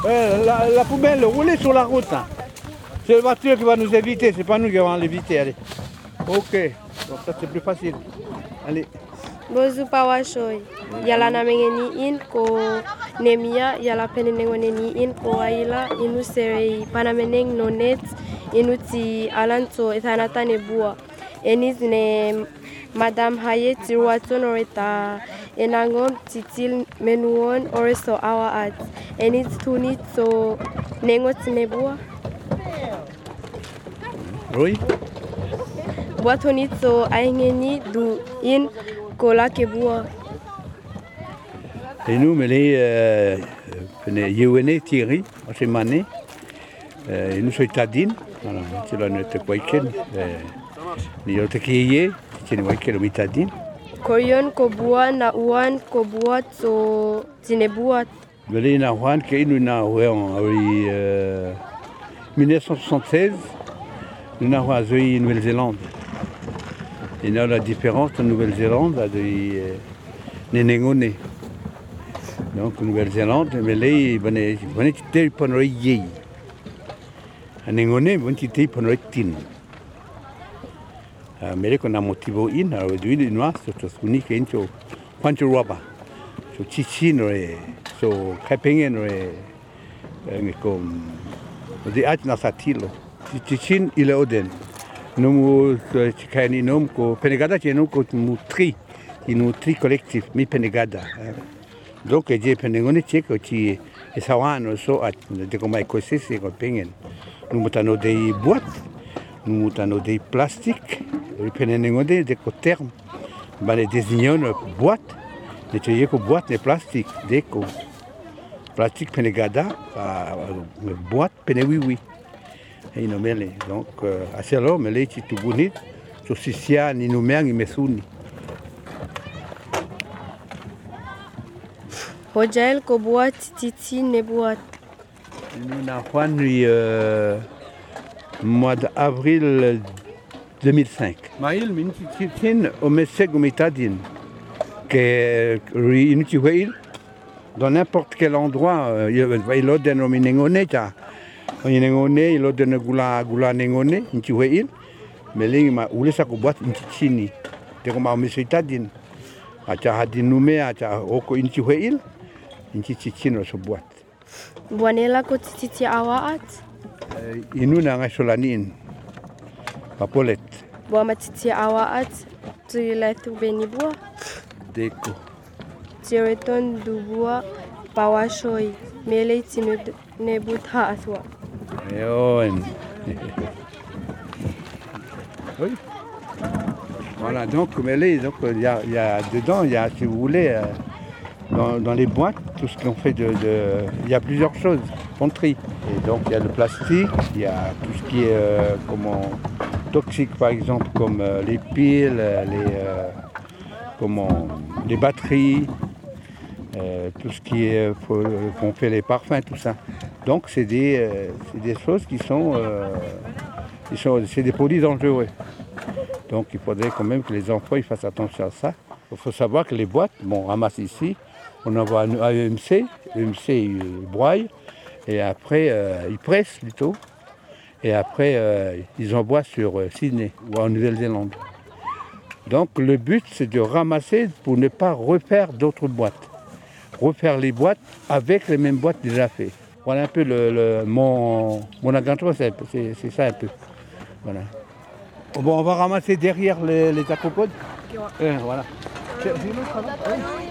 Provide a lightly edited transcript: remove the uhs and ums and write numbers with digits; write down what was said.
La poubelle roulée sur la route. Hein. C'est la voiture qui va nous éviter, c'est pas nous qui allons l'éviter. Allez. Ok, donc ça c'est plus facile. Allez. Bozu pawashoy. Yala na mengeni in ko nemia yala penenengoni in ko aila inu serei panameneng nonet inuti alanto ethanata nebua. Enis ne Madame Hayet Tiruaton oreta enangom titil menuon oreso awa at. Enis tunit so nengot nebua. Oui. Boitonit so aingeni du in kola kebua. Et nous, mais les Yéwéné Thierry, c'est Mané, et nous sommes Tadine, voilà, c'est là notre week-end, nous sommes Kiye, c'est le week-end au Tadine. Koyon kobua na uan kobua so tinebua. Mais les Nahuan, qui nous n'avons en 1976, nous n'avons pas eu Nouvelle-Zélande. Et là, la différence en Nouvelle-Zélande, c'est Nenengone. Donc, Nouvelle-Zélande, mais là, ils venaient pour nous y. Nenengone, ils venaient pour nous tin. Mais là, on a motivé in, alors du il noir, c'est ce qu'on dit qu'il y a Pancho Raba, sur Tichin, sur Capingen, comme des hâtes dans sa tille. Tichin, il est Oden. Nous, Chikani, nous, Penegada, c'est nous, nous tri, nous tri collectif, mi Penegada. Donc, j'ai Penegone, c'est que tu es sawan, so, de comme écossais, c'est comme Pengen. Nous mettons des boîtes, nous mettons des plastiques, les Penegone, des termes, les désignons boîtes, les tuyaux que boîtes, les plastiques, des plastique Penegada, boîte Penewiwi. Donc, à ce moment, mais là, c'est tout bonnet, sur Sissia, ni nous mères, ni Messouni. Hojael ko boat titi ne boat. Nous avons eu mois d'avril 2005. Maïl, mais nous sommes au Messeg au Métadine, que nous dans n'importe quel endroit, il y a des nominés. Il y a des gula nengone, inci weil, mais les ma oule sa ko boîte inci chini. Te ko ma monsieur Tadine. Acha hadin nume acha oko inci weil, inci chino so boîte. Buanela ko titi awaat. Inu na nga solanin. Papolet. Bua matiti awaat. Tu la tu benibua. Deko. Tireton dubua pawashoy. Mele tinu ne butha aswa. Oui. Voilà, donc, mais là, donc, il y a dedans, il y a, si vous voulez, dans les boîtes, tout ce qu'on fait il y a plusieurs choses qu'on trie. Et donc, il y a le plastique, il y a tout ce qui est toxique, par exemple, comme les piles, les batteries, tout ce qui est, qu'on fait les parfums, tout ça. Donc c'est des choses qui sont, c'est des produits dangereux. Donc il faudrait quand même que les enfants ils fassent attention à ça. Il faut savoir que les boîtes, bon, on ramasse ici, on envoie à EMC, EMC ils broient, et après ils pressent plutôt, et après ils envoient sur Sydney ou en Nouvelle-Zélande. Donc le but c'est de ramasser pour ne pas refaire d'autres boîtes. Refaire les boîtes avec les mêmes boîtes déjà faites. Voilà un peu mon aventure, c'est ça un peu. Voilà. Bon, on va ramasser derrière les acopodes. Voilà. C'est